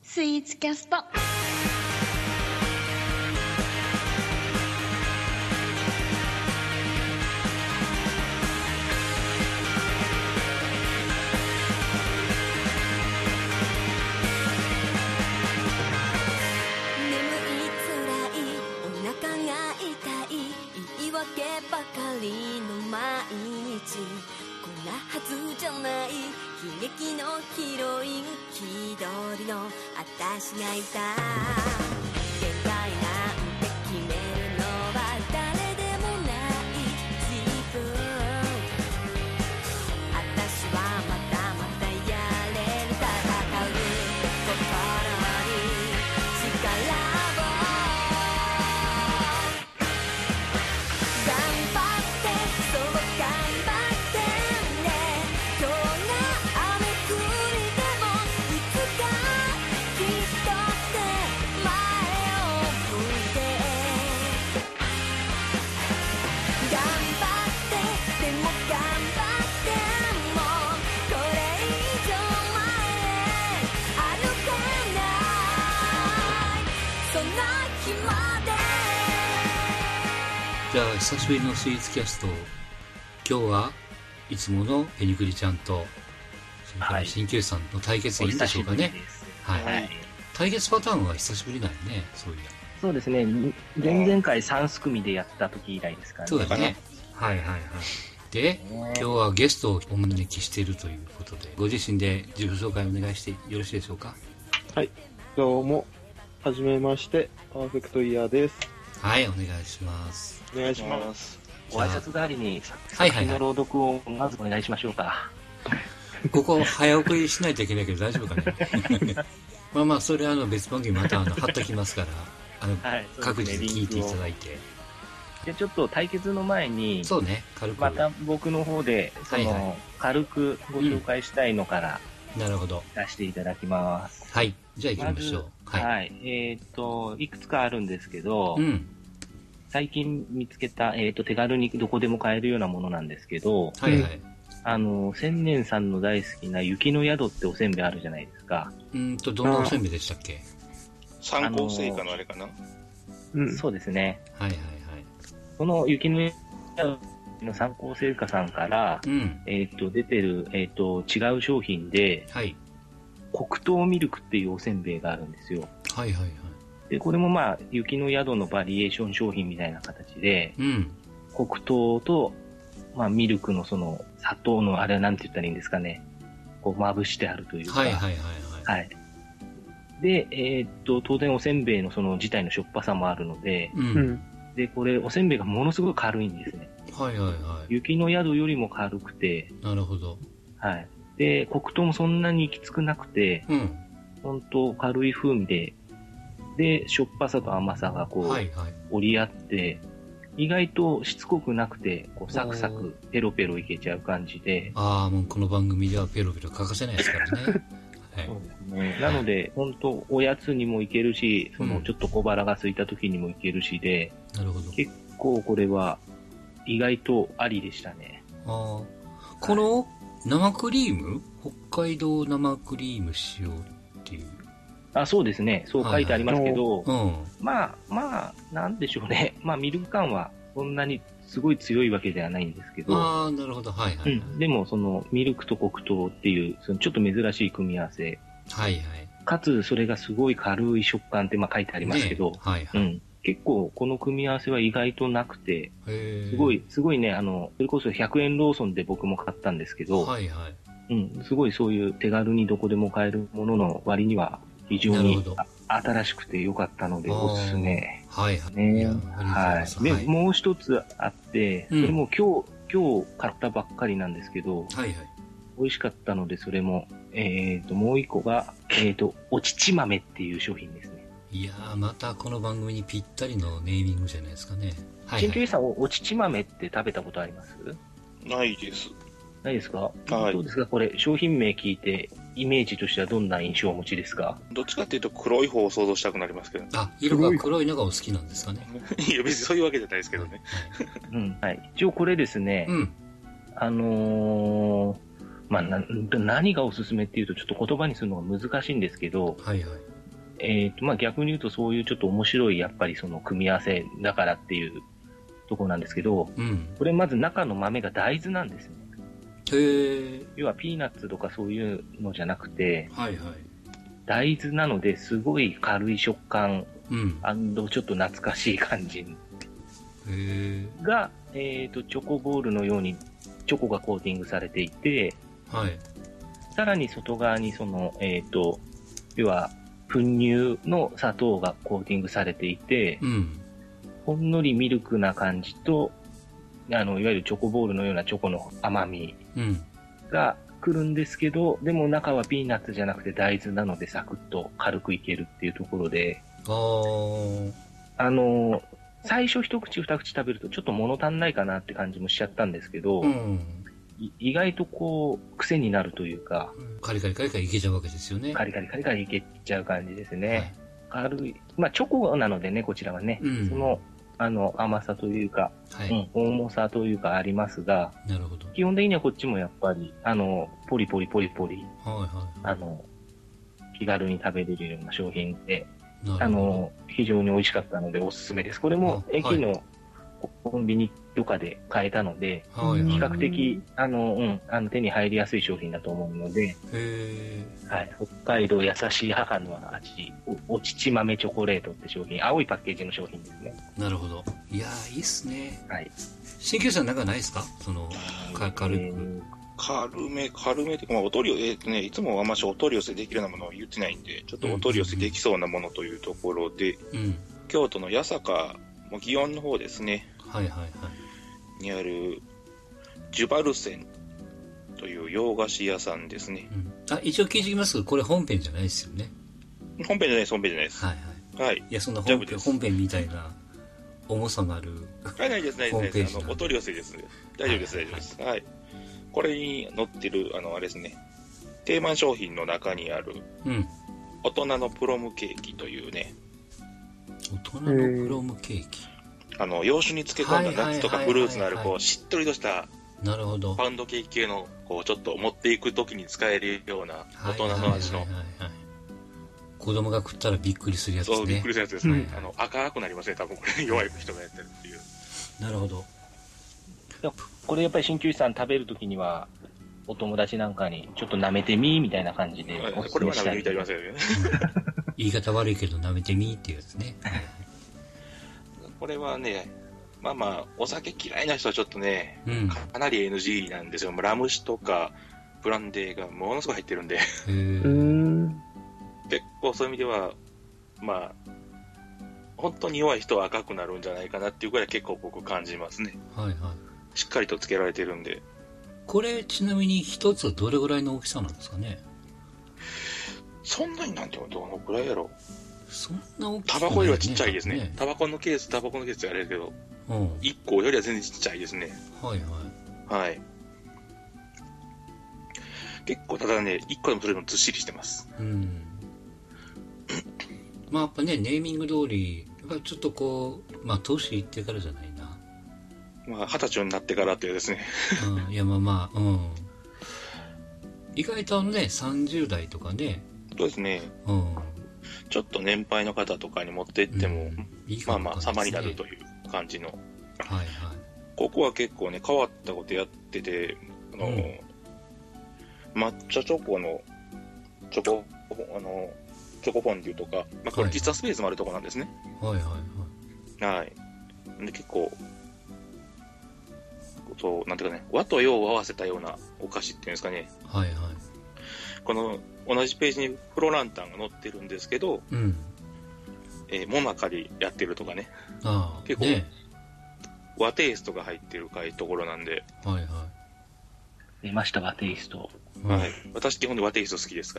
スイーツキャスト。 ばかりの毎日、こんなはずじゃない悲劇のヒロイン、気取りの私がいた。限界なんて決めるのは誰でもない自分。私はまだまだやれる、戦う心に力じゃあ久しぶりのスイーツキャスト、今日はいつものペニクリちゃんとそれから鍼灸師さんの対決でいいんでしょうかね。はい、はい、対決パターンは久しぶりだよね。 そうですね、前々回3組でやった時以来ですからね。 そうだね。はいはいはい。で、今日はゲストをお招きしているということで、ご自身で自己紹介お願いしてよろしいでしょうか。 はい、どうもはじめまして、パーフェクトイヤーです。 はい、お願いします。 お願いします。 ご挨拶代わりに作品の朗読をまずお願いしましょうか。 ここ早送りしないといけないけど大丈夫かね。まあまあ、それ別番組また貼っときますから、はい、各自聞いていただいて。 で、ちょっと対決の前に、 そうね、軽く。 また僕の方で、はいはい、軽くご紹介したいのから、 なるほど。 出していただきます。 はい。じゃあ行きましょう。 はい。いくつかあるんですけど、最近見つけた、手軽にどこでも買えるようなものなんですけど、 はいはい。 千年さんの大好きな雪の宿っておせんべいあるじゃないですか。 どんなおせんべいでしたっけ？ 三幸製菓のあれかな？ そうですね。 はいはいはい。 その雪の宿の三幸製菓さんから、出てる、違う商品で、 はい。 黒糖ミルクっていうおせんべいがあるんですよ。 はいはいはい。 で、これもまあ、雪の宿のバリエーション商品みたいな形で、黒糖と、まあ、ミルクのその、砂糖のあれはなんて言ったらいいんですかね。こう、まぶしてあるというか。 はいはいはいはい。はい。 で、当然おせんべいのその自体のしょっぱさもあるので、で、これ、おせんべいがものすごい軽いんですね。 はいはいはい。 雪の宿よりも軽くて。 なるほど。 はい。で、黒糖もそんなにきつくなくて、本当軽い風味で、しょっぱさと甘さがこう、折り合って、意外としつこくなくて、こうサクサク、ペロペロいけちゃう感じで。 ああ、もうこの番組ではペロペロ欠かせないですからね。はい、 そうですね。なので、本当おやつにもいけるし、そのちょっと小腹が空いた時にもいけるしで、 なるほど。 結構これは意外とありでしたね。 ああ、この生クリーム、北海道生クリーム使用っていう。 あ、そうですね。そう書いてありますけど、まあ、なんでしょうね。まあ、ミルク感はそんなにすごい強いわけではないんですけど。 ああ、なるほど。はいはい、はいでも、その、ミルクと黒糖っていう、そのちょっと珍しい組み合わせ。 はいはい。 かつ、それがすごい軽い食感ってまあ書いてありますけど、 はいはい。 結構、この組み合わせは意外となくて、すごいね、それこそ100円ローソンで僕も買ったんですけど、 はいはい。 すごいそういう手軽にどこでも買えるものの割には、非常に新しくて良かったのでおすすめ。 はいはい。 ね、はい。で、もう一つあって、それも今日買ったばっかりなんですけど、 はいはい。 美味しかったので、それも、もう一個が、おちち豆っていう商品ですね。 いやー、またこの番組にぴったりのネーミングじゃないですかね。 はい。新居さん、おちち豆って食べたことあります？ ないです。 ないですか？ はい。 どうですかこれ、商品名聞いて、イメージとしてはどんな印象をお持ちですか？ どっちかっていうと黒い方を想像したくなりますけど、ね。 あ、色が黒いのがお好きなんですかね。 いや、別にそういうわけじゃないですけどね。 はい。一応これですね、まあ、何がおすすめっていうとちょっと言葉にするのが難しいんですけど、 はいはい。 まあ逆に言うとそういうちょっと面白いやっぱりその組み合わせだからっていうところなんですけど、これまず中の豆が大豆なんですね。要はピーナッツとかそういうのじゃなくて、大豆なのですごい軽い食感、ちょっと懐かしい感じが、チョコボールのようにチョコがコーティングされていて、さらに外側にその、要は粉乳の砂糖がコーティングされていて、ほんのりミルクな感じと、いわゆるチョコボールのようなチョコの甘みが来るんですけど、でも中はピーナッツじゃなくて大豆なのでサクッと軽くいけるっていうところで、最初一口二口食べるとちょっと物足んないかなって感じもしちゃったんですけど、意外とこう癖になるというか、 カリカリカリカリいけちゃうわけですよね。 カリカリカリカリいけちゃう感じですね。軽い、まあチョコなのでね、こちらはね、その甘さというか、重さというかありますが、 なるほど。 基本的にはこっちもやっぱりポリポリポリポリ、気軽に食べれるような商品で、非常に美味しかったのでおすすめです。これも駅のコンビニとかで買えたので、比較的手に入りやすい商品だと思うので、北海道優しい母の味お乳豆チョコレートって商品、青いパッケージの商品ですね。 なるほど。いやー、いいっすね。新旧さんなんかないですか、その軽く。 軽めっていうか、まあ、お取り寄せ、いつもあんましお取り寄せできるようなものを言ってないんで、ちょっとお取り寄せできそうなものというところで、京都の八坂、祇園の方ですね。にある、ジュバルセンという洋菓子屋さんですね。 一応聞いてきますけど、これ本編じゃないですよね。 本編じゃないです、本編じゃないです。 いや、そんな本編みたいな重さのある。 ないです、ないです。お取り寄せです。大丈夫です、大丈夫です。これに載ってる、あれですね、定番商品の中にある、大人のプロムケーキというね。 大人のプロムケーキ。 洋酒に漬け込んだナッツとかフルーツのある、こう、しっとりとした、 なるほど。 パウンドケーキ系の、こう、ちょっと持っていくときに使えるような、大人の味の。 子供が食ったらびっくりするやつですね。 そう、びっくりするやつですね。赤くなりますね、多分これ、弱い人がやってるっていう。 なるほど。 これやっぱり鍼灸師さん食べるときには、お友達なんかにちょっと舐めてみみたいな感じでおすすめしたり。 これは舐めてみたいますよね。 言い方悪いけど舐めてみっていうやつね。 これはね、まあまあ、お酒嫌いな人はちょっとね、かなり NG なんですよ。ラム酒とかブランデーがものすごい入ってるんで。結構そういう意味では、まあ、本当に弱い人は赤くなるんじゃないかなっていうぐらい結構僕感じますね。しっかりとつけられてるんで。 これちなみに一つはどれぐらいの大きさなんですかね。 そんなになんてどのくらいやろ。 そんな大きい、 タバコよりはちっちゃいですね。タバコのケースってあれですけど、1個よりは全然ちっちゃいですね。結構ただね、1個でもそれでもずっしりしてます。 まあやっぱね、ネーミング通り、やっぱちょっとこう、まあ年いってからじゃないな。 まあ、20歳になってからっていうですね。 いや、意外とね、30代とかね。 そうですね。ちょっと年配の方とかに持って行っても、まあまあ、様になるという感じの。ここは結構ね、変わったことやってて、抹茶チョコの、チョコフォンデュとか、まあ、これ実はスペースもあるとこなんですね。で、結構、そう、なんていうかね、和と洋を合わせたようなお菓子っていうんですかね。この、同じページにフロランタンが載ってるんですけど、モナカでやってるとかね。結構、和テイストが入ってるところなんで。 出ました、和テイスト。 私基本で和テイスト好きですから。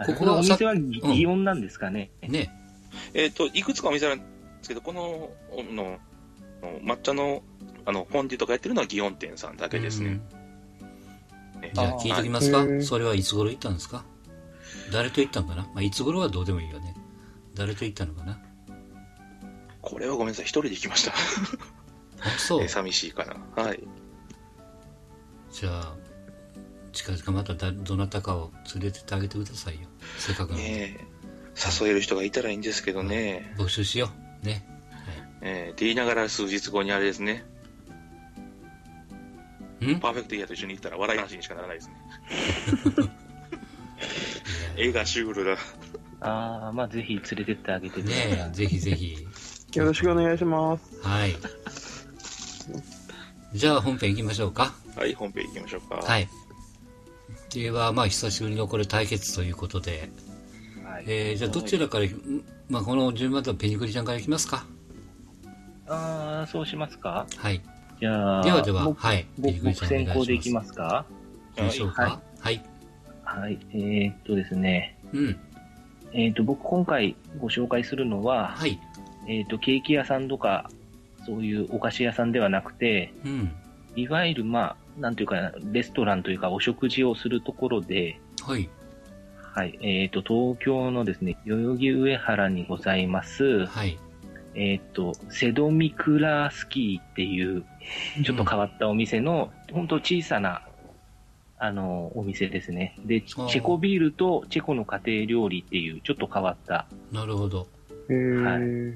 ここのお店は祇園なんですかね。 いくつかお店あるんですけど、この、抹茶のフォンデュとかやってるのは祇園店さんだけですね。 じゃあ聞いておきますか。それはいつ頃行ったんですか。誰と行ったのかな。まあ、いつ頃はどうでもいいよね。誰と行ったのかな。 これはごめんなさい、一人で行きました。 そう。 寂しいかな。 じゃあ近々またどなたかを連れてってあげてくださいよ。 せっかくの。 誘える人がいたらいいんですけどね。 募集しよう。ね。 って言いながら数日後にあれですね。パーフェクトイヤーと一緒に行ったら笑い話にしかならないですね。映画シュールだ。 まあぜひ連れてってあげてね。ぜひぜひ。 よろしくお願いします。 はい。じゃあ本編行きましょうか。 はい、本編行きましょうか。 はい。では、まあ久しぶりのこれ対決ということで、はい、じゃあどちらから、まあこの順番だとペニクリちゃんからいきますか。 そうしますか。 はい。 じゃあ、 では、はい。 僕先行でいきますか。 行きましょうか。はい。 はい。ですね。僕今回ご紹介するのは、 はい。 ケーキ屋さんとか、そういうお菓子屋さんではなくて、いわゆるまあ、なんていうか、レストランというかお食事をするところで、 はい。 はい。東京のですね、代々木上原にございます、 はい。 セドミクラスキーっていう、ちょっと変わったお店の、本当小さな、お店ですね。で、チェコビールとチェコの家庭料理っていう、ちょっと変わった。 なるほど。 はい。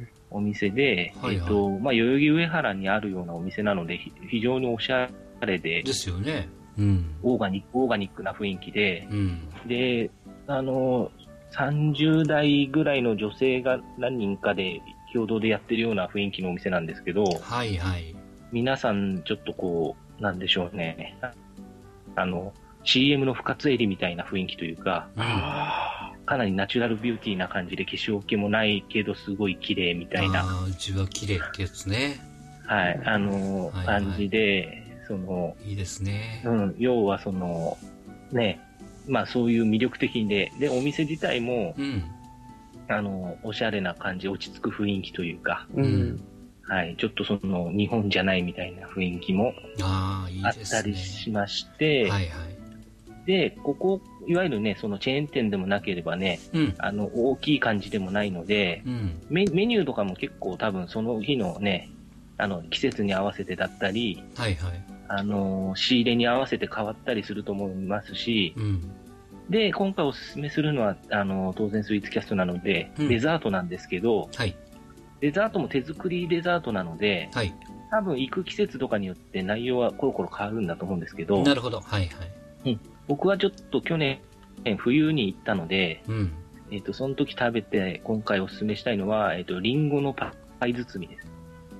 お店で、まあ、代々木上原にあるようなお店なので、非常におしゃれで。 ですよね。 オーガニックな雰囲気で、で、30代ぐらいの女性が何人かで共同でやってるような雰囲気のお店なんですけど、 はいはい。 皆さんちょっとこう、なんでしょうね。CM の深津絵里みたいな雰囲気というか、かなりナチュラルビューティーな感じで化粧気もないけどすごい綺麗みたいな。 うちは綺麗ってやつね。 はい。感じで、 いいですね。 要はね、まあそういう魅力的で、お店自体も、おしゃれな感じ、落ち着く雰囲気というか、はい、ちょっと日本じゃないみたいな雰囲気もあったりしまして、で、ここ、いわゆるね、チェーン店でもなければね、大きい感じでもないので、メニューとかも結構多分その日のね、季節に合わせてだったり、仕入れに合わせて変わったりすると思いますし、で、今回おすすめするのは、当然スイーツキャストなので、デザートなんですけど、デザートも手作りデザートなので、多分行く季節とかによって内容はコロコロ変わるんだと思うんですけど、 なるほど。 僕はちょっと去年、冬に行ったので、その時食べて、今回おすすめしたいのは、リンゴのパイ包みです。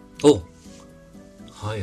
はい。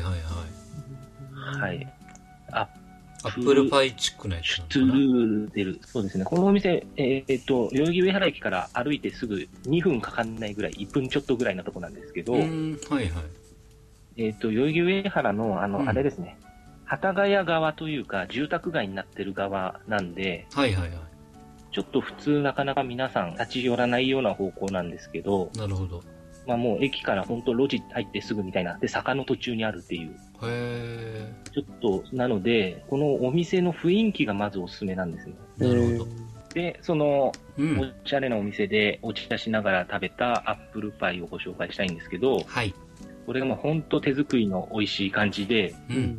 アップルパイチックなやつシュトゥルデル。そうですね。このお店、代々木上原駅から歩いてすぐ2分かかんないぐらい、1分ちょっとぐらいのとこなんですけど、代々木上原の、あれですね、幡ヶ谷側というか、住宅街になってる側なんで、ちょっと普通なかなか皆さん立ち寄らないような方向なんですけど、 なるほど。 まあもう駅から本当路地入ってすぐみたいな、で、坂の途中にあるっていう。ちょっと、なので、このお店の雰囲気がまずおすすめなんですね。 なるほど。 で、おしゃれなお店でお茶しながら食べたアップルパイをご紹介したいんですけど、これがもう本当手作りの美味しい感じで、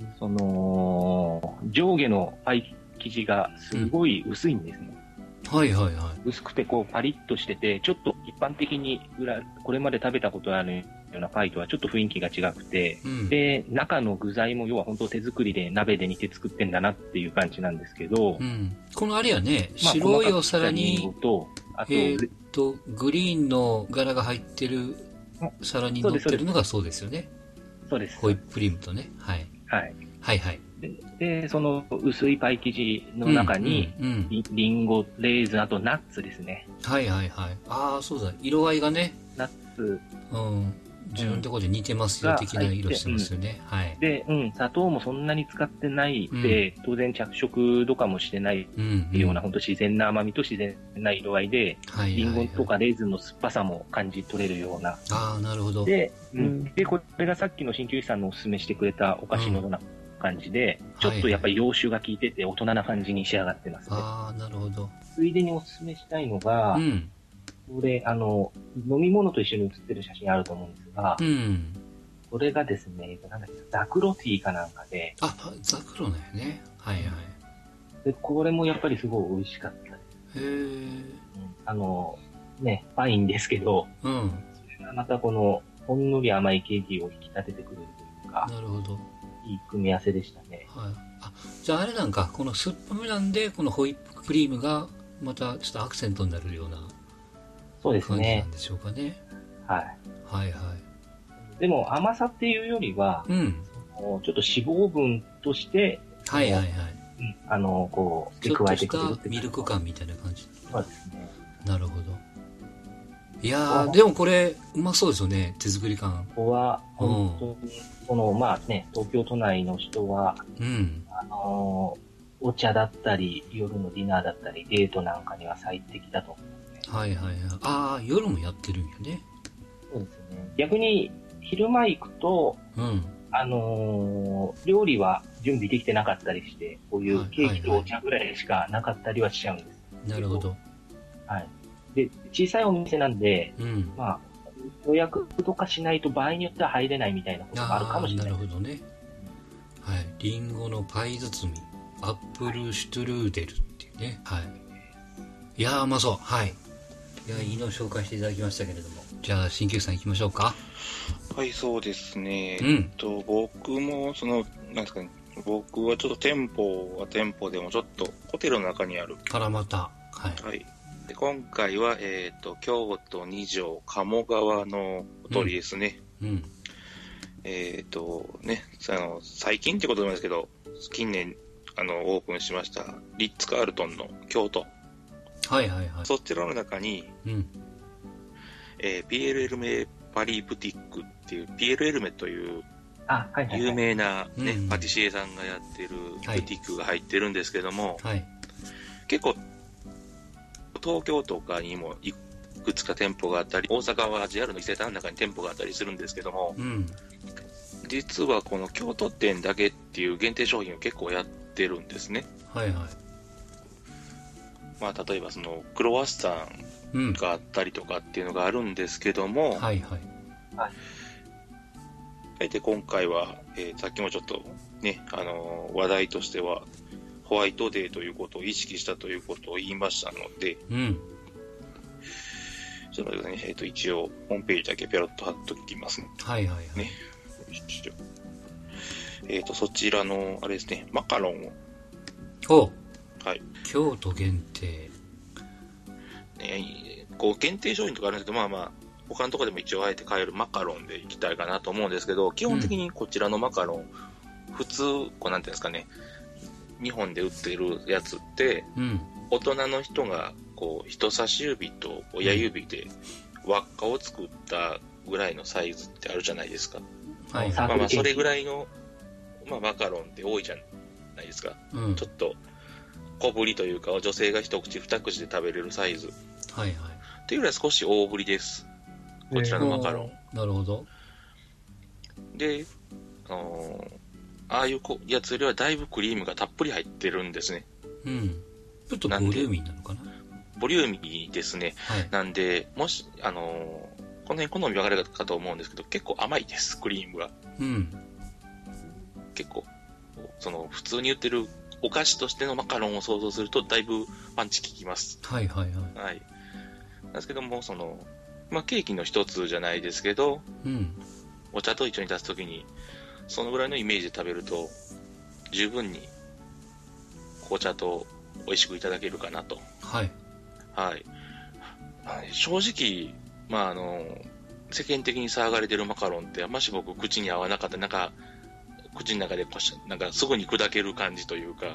上下のパイ生地がすごい薄いんですね。薄くてこうパリッとしてて、ちょっと一般的にこれまで食べたことあるようなパイとはちょっと雰囲気が違くて、で、中の具材も要は本当手作りで鍋で煮て作ってんだなっていう感じなんですけど、 このあれやね、白いお皿に、グリーンの柄が入ってる皿に乗ってるのがそうですよね。 そうです。 ホイップクリームとね。 で、その薄いパイ生地の中に、リンゴ、レーズン、あとナッツですね。ああ、そうだ。色合いがね。 ナッツ。 自分のところで似てますよ、的な色してますよね。 で、砂糖もそんなに使ってないで、当然着色とかもしてないような、本当自然な甘みと自然な色合いで、リンゴとかレーズンの酸っぱさも感じ取れるような。 なるほど。 で、これがさっきの鍼灸師さんのおすすめしてくれたお菓子のような感じで、ちょっとやっぱり洋酒が効いてて大人な感じに仕上がってますね。 なるほど。 ついでにおすすめしたいのが、これ、飲み物と一緒に写ってる写真あると思うんですが、これがですね、ザクロティーかなんかで、 ザクロだよね。 で、これもやっぱりすごい美味しかったです。 ね、パインですけど、 うん。 それがまたこの、ほんのり甘いケーキを引き立ててくれるというか、 なるほど。 いい組み合わせでしたね。 はい。あ、じゃああれなんか、この酸っぱめなんで、このホイップクリームが、またちょっとアクセントになるようなそうですね。 感じなんでしょうかね。 はい。 はいはい。 でも甘さっていうよりは、 うん。 ちょっと脂肪分として、 はいはいはい。 こう、加えてくれるって。 ちょっとしたミルク感みたいな感じ。 そうですね。 なるほど。いやー、でもこれ、うまそうですよね、手作り感。 ここは、本当に、この、まあね、東京都内の人は、 うん。 お茶だったり、夜のディナーだったり、デートなんかには最適だと思う、ね。 はいはいはい。ああ、夜もやってるんやね。 そうですね。逆に、昼間行くと、 うん。 料理は準備できてなかったりして、こういうケーキとお茶ぐらいしかなかったりはしちゃうんです。 なるほど。 はい。で、小さいお店なんで、 うん。 まあ、予約とかしないと場合によっては入れないみたいなこともあるかもしれない。 なるほどね。はい。リンゴのパイ包み、アップルシュトゥルーデルっていうね。はい。いやー、うまそう。はい。いや、いいのを紹介していただきましたけれども。じゃあ、新旧さん行きましょうか。 はい、そうですね。僕も、なんですかね、僕はちょっと店舗は店舗でもちょっとホテルの中にある。 からまた。はい。 はい。で、今回は、京都二条鴨川のほとりですね。 うん。 ね、最近ってことなんですけど、近年、オープンしました、リッツ・カールトンの京都。 はいはいはい。 そちらの中に、 うん。 ピエール・エルメ・パリ・ブティックっていう、ピエール・エルメという有名な、ね、パティシエさんがやってるブティックが入ってるんですけども、 はい、 結構東京とかにもいくつか店舗があったり、大阪は JR の伊勢丹の中に店舗があったりするんですけども、 うん、 実はこの京都店だけっていう限定商品を結構やってるんですね。 はいはい。 まあ、例えばそのクロワッサンがあったりとかっていうのがあるんですけども、 はいはい。 で今回は、さっきもちょっとね、話題としてはホワイトデーということを意識したということを言いましたので、 うん、 ちょっとね、一応ホームページだけペロッと貼っときますね。 はいはいはい。 ね、そちらのあれですね、マカロンを、はい、 京都限定、 こう限定商品とかあるんですけど、まあまあ他のところでも一応あえて買えるマカロンでいきたいかなと思うんですけど、基本的にこちらのマカロン、普通こうなんていうんですかね、日本で売ってるやつって、大人の人がこう人差し指と親指で輪っかを作ったぐらいのサイズってあるじゃないですか。はい、まあまあそれぐらいの、まあ、マカロンって多いじゃないですか。ちょっと小ぶりというか、女性が一口二口で食べれるサイズ。 はいはい。 というよりは少し大ぶりです。こちらのマカロン。 なるほど。 で、ああいうやつよりはだいぶクリームがたっぷり入ってるんですね。 うん。ちょっとボリューミーなのかな？ ボリューミーですね。はい、なんで、もし、この辺好み分かれるかと思うんですけど、結構甘いです、クリームが。 うん。 結構、普通に売ってるお菓子としてのマカロンを想像すると、だいぶパンチ効きます。 はいはいはい。 はい。なんですけども、まあ、ケーキの一つじゃないですけど、お茶と一緒に出すときに、そのぐらいのイメージで食べると、十分に紅茶と美味しくいただけるかなと。 はい。 はい。正直、まあ世間的に騒がれてるマカロンって、あんまし僕口に合わなかった、なんか、口の中でなんかすぐに砕ける感じというか、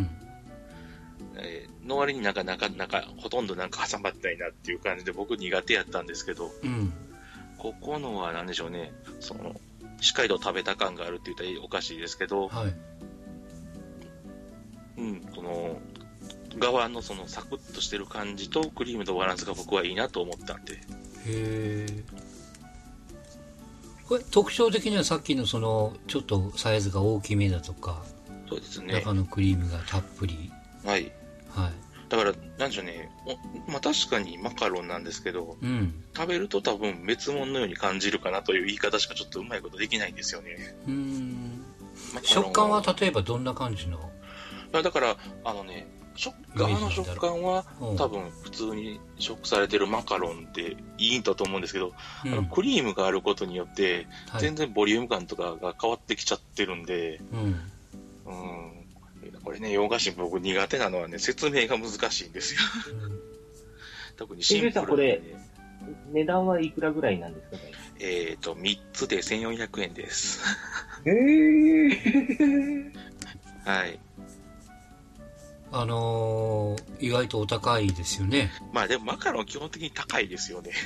の割になんかほとんどなんか挟まってないなっていう感じで僕苦手やったんですけど、ここのは何でしょうね、しっかりと食べた感があるって言ったらおかしいですけど、 はい、 側のサクッとしてる感じとクリームのバランスが僕はいいなと思ったんで。 へー。これ特徴的にはさっきのちょっとサイズが大きめだとか、 そうですね、 中のクリームがたっぷり、 はいはい、 だからなんでしょうね、まあ、確かにマカロンなんですけど、食べると多分滅物のように感じるかなという言い方しかちょっとうまいことできないんですよね。 食感は例えばどんな感じの？ だから側の食感は多分普通に食されてるマカロンでいいんだと思うんですけど、クリームがあることによって全然ボリューム感とかが変わってきちゃってるんで、これね、洋菓子僕苦手なのはね、説明が難しいんですよ。特にシンプルで、ね。これ、 値段はいくらぐらいなんですかね。 3つで1400円です。はい。 意外とお高いですよね。 まあでもマカロン基本的に高いですよね。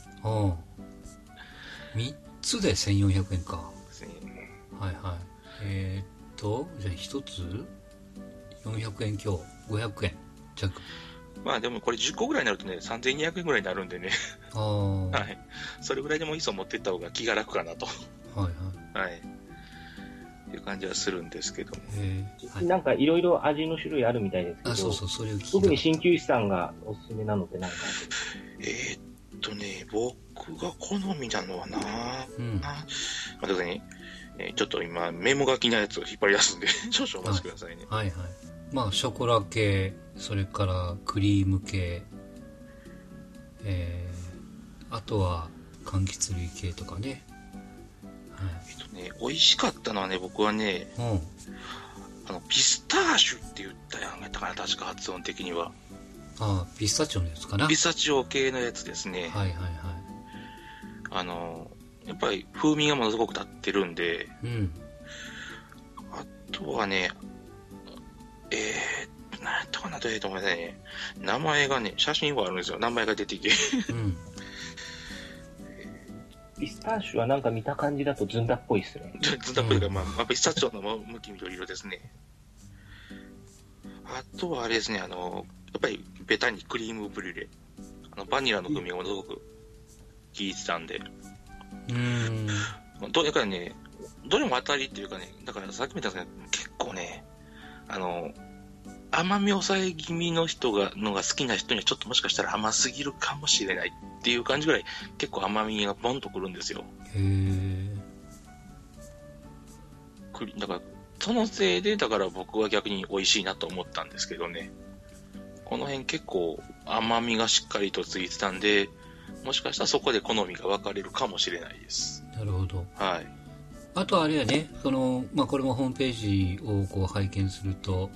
3つで1400円か。はいはい。じゃあ1つ400円強、500円弱。 まあでもこれ10個ぐらいになるとね、3200円ぐらいになるんでね。はい。それぐらいでもいいそう持ってった方が気が楽かなと。はいはい。はい。っていう感じはするんですけども。 なんかいろいろ味の種類あるみたいですけど、 それを聞いた。 特に鍼灸師さんがおすすめなのって何か僕が好みなのはな待ってくださいね。ちょっと今メモ書きのやつを引っ張り出すんで少々お待ちくださいね。 はいはい。まあショコラ系、それからクリーム系、あとは柑橘類系とかね。 美味しかったのはね、僕はね、ピスターシュって言ったやんやったかな、確か発音的には。 ピスタチオのやつかな。 ピスタチオ系のやつですね。 はいはいはい。やっぱり風味がものすごく立ってるんで、あとはね、なんやったかなと思いますね。名前がね、写真はあるんですよ。名前が出てきて。 ピスターシュはなんか見た感じだとずんだっぽいっすね。 ずんだっぽいが、まあ、ピスタチオの向き緑色ですね。あとはあれですね、やっぱりベタにクリームブリュレ。バニラの風味がものすごく効いてたんで。だからね、どれも当たりっていうかね、だからさっきも言ったんですけど、結構ね、甘み抑え気味の人が好きな人にはちょっともしかしたら甘すぎるかもしれないっていう感じぐらい結構甘みがボンとくるんですよ。だからそのせいでだから僕は逆に美味しいなと思ったんですけどね。この辺結構甘みがしっかりとついてたんで、もしかしたらそこで好みが分かれるかもしれないです。 なるほど。 はい。 あとあれやね、まあこれもホームページをこう拝見すると、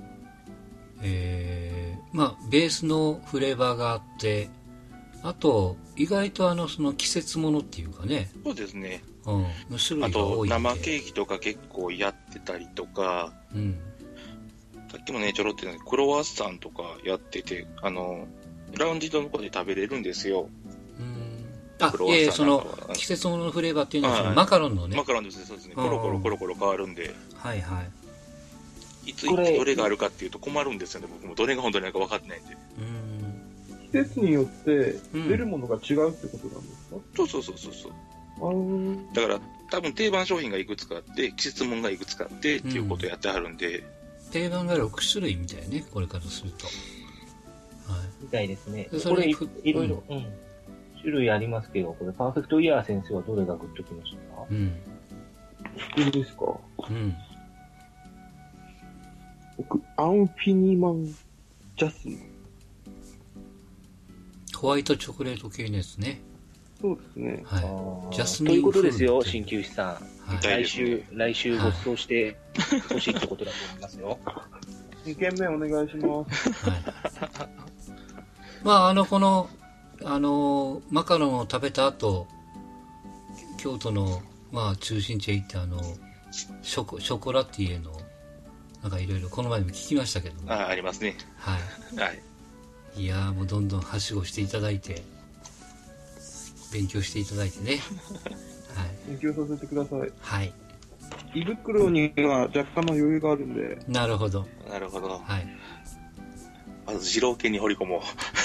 まあベースのフレーバーがあって、あと意外とその季節ものっていうかね。 そうですね。 種類が多いんで。 あと生ケーキとか結構やってたりとか、さっきもねちょろってクロワッサンとかやってて、ラウンジのとこで食べれるんですよ。 その季節もののフレーバーっていうのはそのマカロンのね。 マカロンですね、そうですね。コロコロ変わるんで。 はいはい。 いつどれがあるかっていうと困るんですよね。僕もどれが本当にあるか分かってないんで。 季節によって出るものが違うってことなんですか？ そう。だから多分定番商品がいくつかあって季節もんがいくつかあってっていうことをやってはるんで、 定番が6種類みたいね、これからすると。 みたいですね。これいろいろ種類ありますけど、これパーフェクトイヤー先生はどれがグッときましたか？ いいですか？僕アンフィニマンジャスミン。 ホワイトチョコレート系のやつね。 そうですね。 はい。ジャスミンということですよ、鍼灸師さん。来週ご馳走してほしいってことだと思いますよ。 2軒目お願いします。 まあこのマカロンを食べた後、京都のまあ中心地へ行ってショコラティエのなんかいろいろこの前も聞きましたけども。 ありますね。 はい。いやーもうどんどんはしごしていただいて勉強していただいてね。 はい。勉強させてください。 はい。 胃袋には若干の余裕があるんで。 なるほど。 はい。まず二郎系に掘り込もう。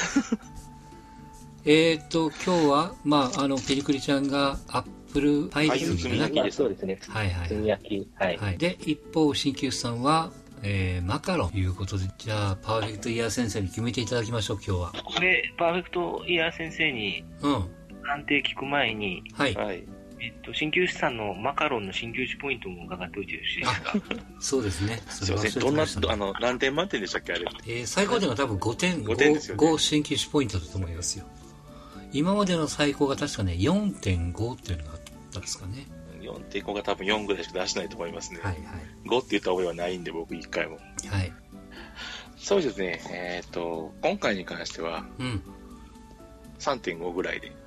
今日はまあペリクリちゃんがアップルパイ包み焼きです。 そうですね。 はいはい。 包み焼き。はい。 で一方鍼灸師さんはマカロンということで、じゃあパーフェクトイヤー先生に決めていただきましょう。今日はこれパーフェクトイヤー先生に判定聞く前に、 はい。 鍼灸師さんのマカロンの鍼灸師ポイントも伺っておいてよろしいですか？ そうですね。 すいません。どんな、何点満点でしたっけ、あれ。 最高点が多分5点、5 ですよね。 5鍼灸師ポイントだと思いますよ。今までの最高が確かね、4.5 っていうのがあったんですかね。 4.5 が多分4ぐらいしか出してないと思いますね。 はいはい。 5って言った覚えはないんで、僕1回も。 はい。 そうですね。今回に関しては、3.5 ぐらいで。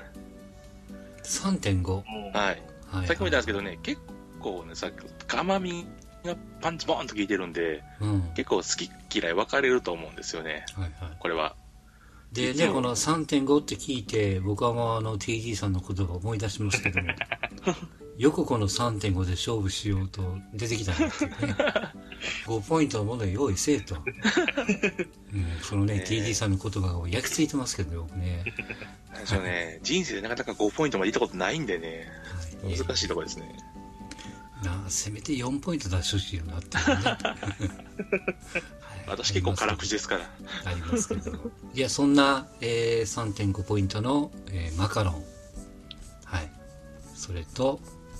3.5。 はい。さっきも言ったんですけどね、結構ね、さっき甘みがパンチボーンと効いてるんで、結構好き嫌い分かれると思うんですよね。はいはい。これは。 でね、この 3.5 って聞いて、僕はもうTD さんの言葉を思い出しますけども、よくこの 3.5 で勝負しようと出てきたなっていうね。5ポイントのものを用意せえと。そのね、TD さんの言葉が焼き付いてますけど、僕ね。 そうね、人生でなかなか5ポイントまでいったことないんでね、難しいところですね。 せめて4ポイント出してほしいよなっていうね。 私結構辛口ですから。 ありますけど。いや、そんな、3.5 ポイントの、マカロン。はい。それと、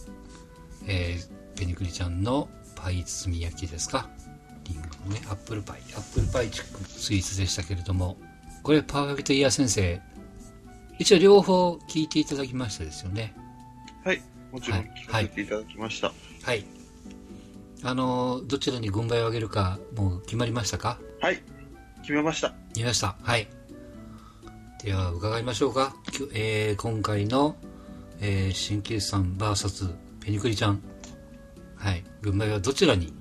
ペニクリちゃんのパイ包み焼きですか。リンゴのね、アップルパイチックスイーツでしたけれども、これパーフェクトイヤー先生、一応両方聞いていただきましたですよね。 はい。もちろん聞かせていただきました。 はい。どちらに軍配を上げるか、もう決まりましたか？ はい。決めました。 決めました。はい。では、伺いましょうか。今回の、鍼灸師さん VS ペニクリちゃん。はい。軍配はどちらに？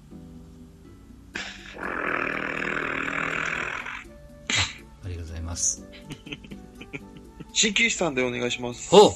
ありがとうございます。 鍼灸師さんでお願いします。 ほう。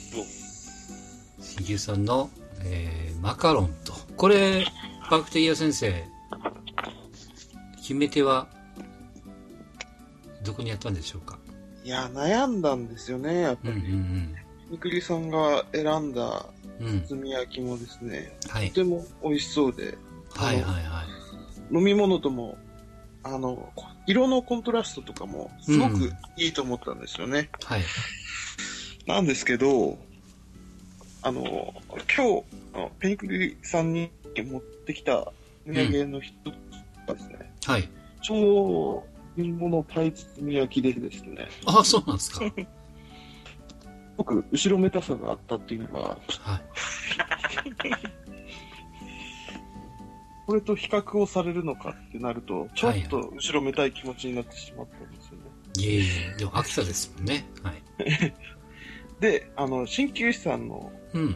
鍼灸師さんの、マカロンと。これ、パークテイヤー先生、決め手は、どこにやったんでしょうか？ いや、悩んだんですよね、やっぱり。みくりさんが選んだ包み焼きもですね、とても美味しそうで、飲み物とも、色のコントラストとかもすごくいいと思ったんですよね。 はい。 なんですけど、今日、ペニクリさんに持ってきたお土産の一つがですね、 はい。 超リンゴのパイ包み焼きでですね。 あ、そうなんですか。 僕、後ろめたさがあったっていうのが、はい。これと比較をされるのかってなると、ちょっと後ろめたい気持ちになってしまったんですよね。 いえいえ、でも秋田ですもんね。はい。 で、鍼灸師さんの、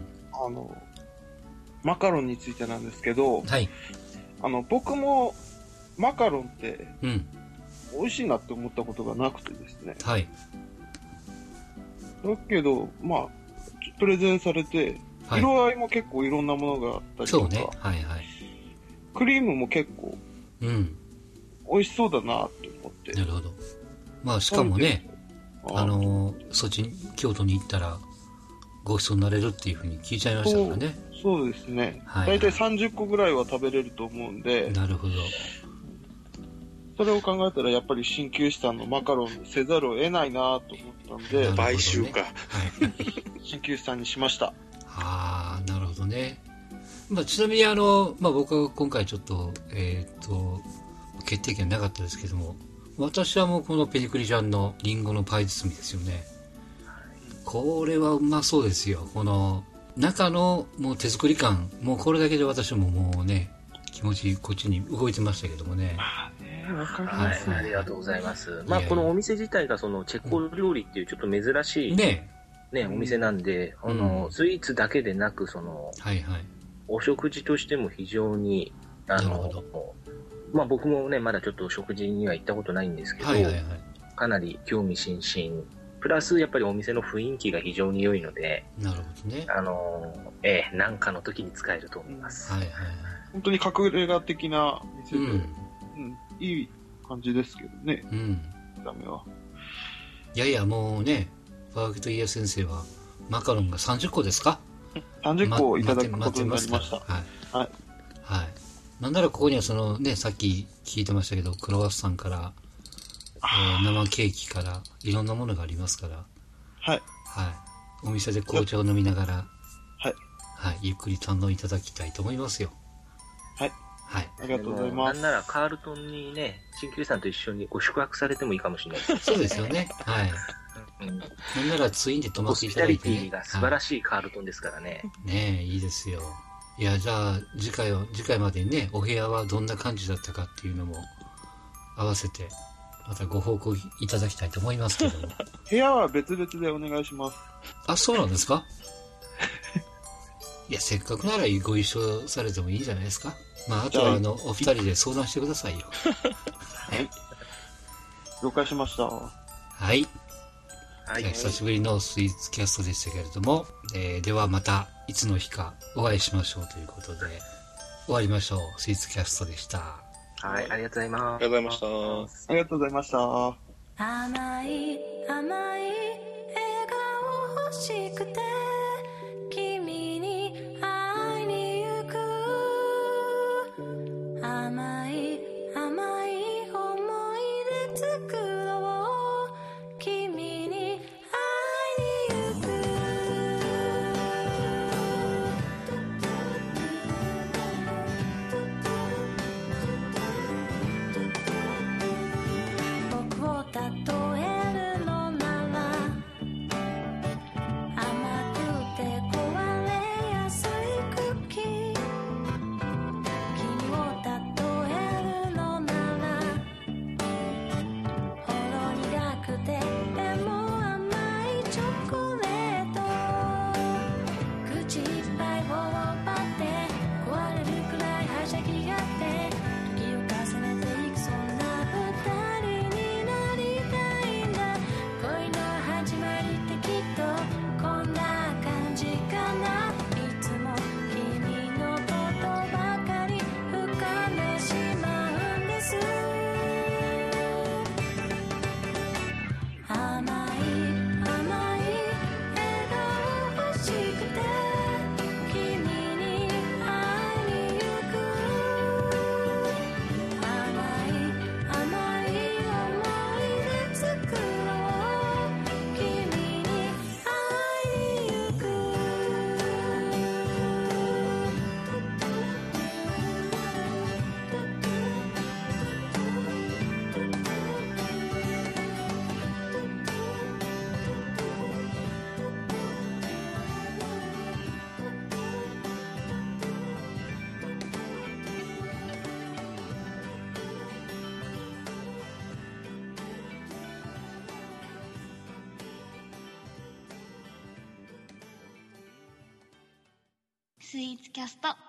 マカロンについてなんですけど、 はい。 僕もマカロンって、美味しいなって思ったことがなくてですね。 はい。 だけど、まあ、プレゼンされて、色合いも結構いろんなものがあったりとか、 そうね。はいはい。 クリームも結構、美味しそうだなって思って。 なるほど。まあ、しかもね、そっちに、京都に行ったら、ごちそうになれるっていうふうに聞いちゃいましたからね。 そうですね。だいたい30個ぐらいは食べれると思うんで。 なるほど。 それを考えたら、やっぱり鍼灸師さんのマカロンにせざるを得ないなと思ったんで、 買収か。 鍼灸師さんにしました。 ああ、なるほどね。まあ、ちなみに僕は今回ちょっと、決定権なかったですけども、私はもうこのペニクリちゃんのリンゴのパイ包みですよね。これはうまそうですよ。この中のもう手作り感、もうこれだけで私ももうね、気持ちこっちに動いてましたけどもね。 わかります。 ありがとうございます。まあ、このお店自体がそのチェコ料理っていうちょっと珍しいね、お店なんで、スイーツだけでなく、お食事としても非常に、まあ僕もね、まだちょっと食事には行ったことないんですけど、かなり興味津々。プラス、やっぱりお店の雰囲気が非常に良いので、 なるほどね。 なんかの時に使えると思います。 本当に隠れ家的な店で、いい感じですけどね。ダメは。 いやいや、もうね、パーフェクトイヤー先生は、マカロンが30個ですか ？30個いただくことになりました。 はい。なんならここにはそのね、さっき聞いてましたけど、クロワッサンから、生ケーキから、いろんなものがありますから。 はい。 お店で紅茶を飲みながら、 はい。 はい、ゆっくり堪能いただきたいと思いますよ。 はい。 はい。 ありがとうございます。 なんならカールトンにね、鍼灸師さんと一緒にご宿泊されてもいいかもしれないです。 そうですよね。はい。なんならツインで泊まっていただいて、ね。 ホスピタリティが素晴らしいカールトンですからね。 ねえ、いいですよ。いや、じゃあ、次回までにね、お部屋はどんな感じだったかっていうのも合わせて、またご報告いただきたいと思いますけども。 部屋は別々でお願いします。 あ、そうなんですか？いや、せっかくならご一緒されてもいいんじゃないですか？まあ、あとはお二人で相談してくださいよ。 はい。了解しました。 はい。はい、じゃあ久しぶりのスイーツキャストでしたけれども、ではまたいつの日かお会いしましょうということで、終わりましょう。スイーツキャストでした。 はい、ありがとうございます。 ありがとうございました。 ありがとうございました。 甘い甘い笑顔欲しくて君に会いに行く甘い甘い思い出作ろう君に会いに行く僕を例えるのなら甘くて壊れやすいクッキー君を例えるのならほろ苦くてでも甘いチョコレート口いっぱい頬張って壊れるくらいはしゃぎ合って時を重ねていくそんな二人になりたいんだ恋の始まりってきっとこんな感じかないつも君のことばかり浮かんでしまうんです甘い甘い笑顔欲しくて君に会いに行く甘い甘い思い出作ろう君に会いに行くスイーツキャスト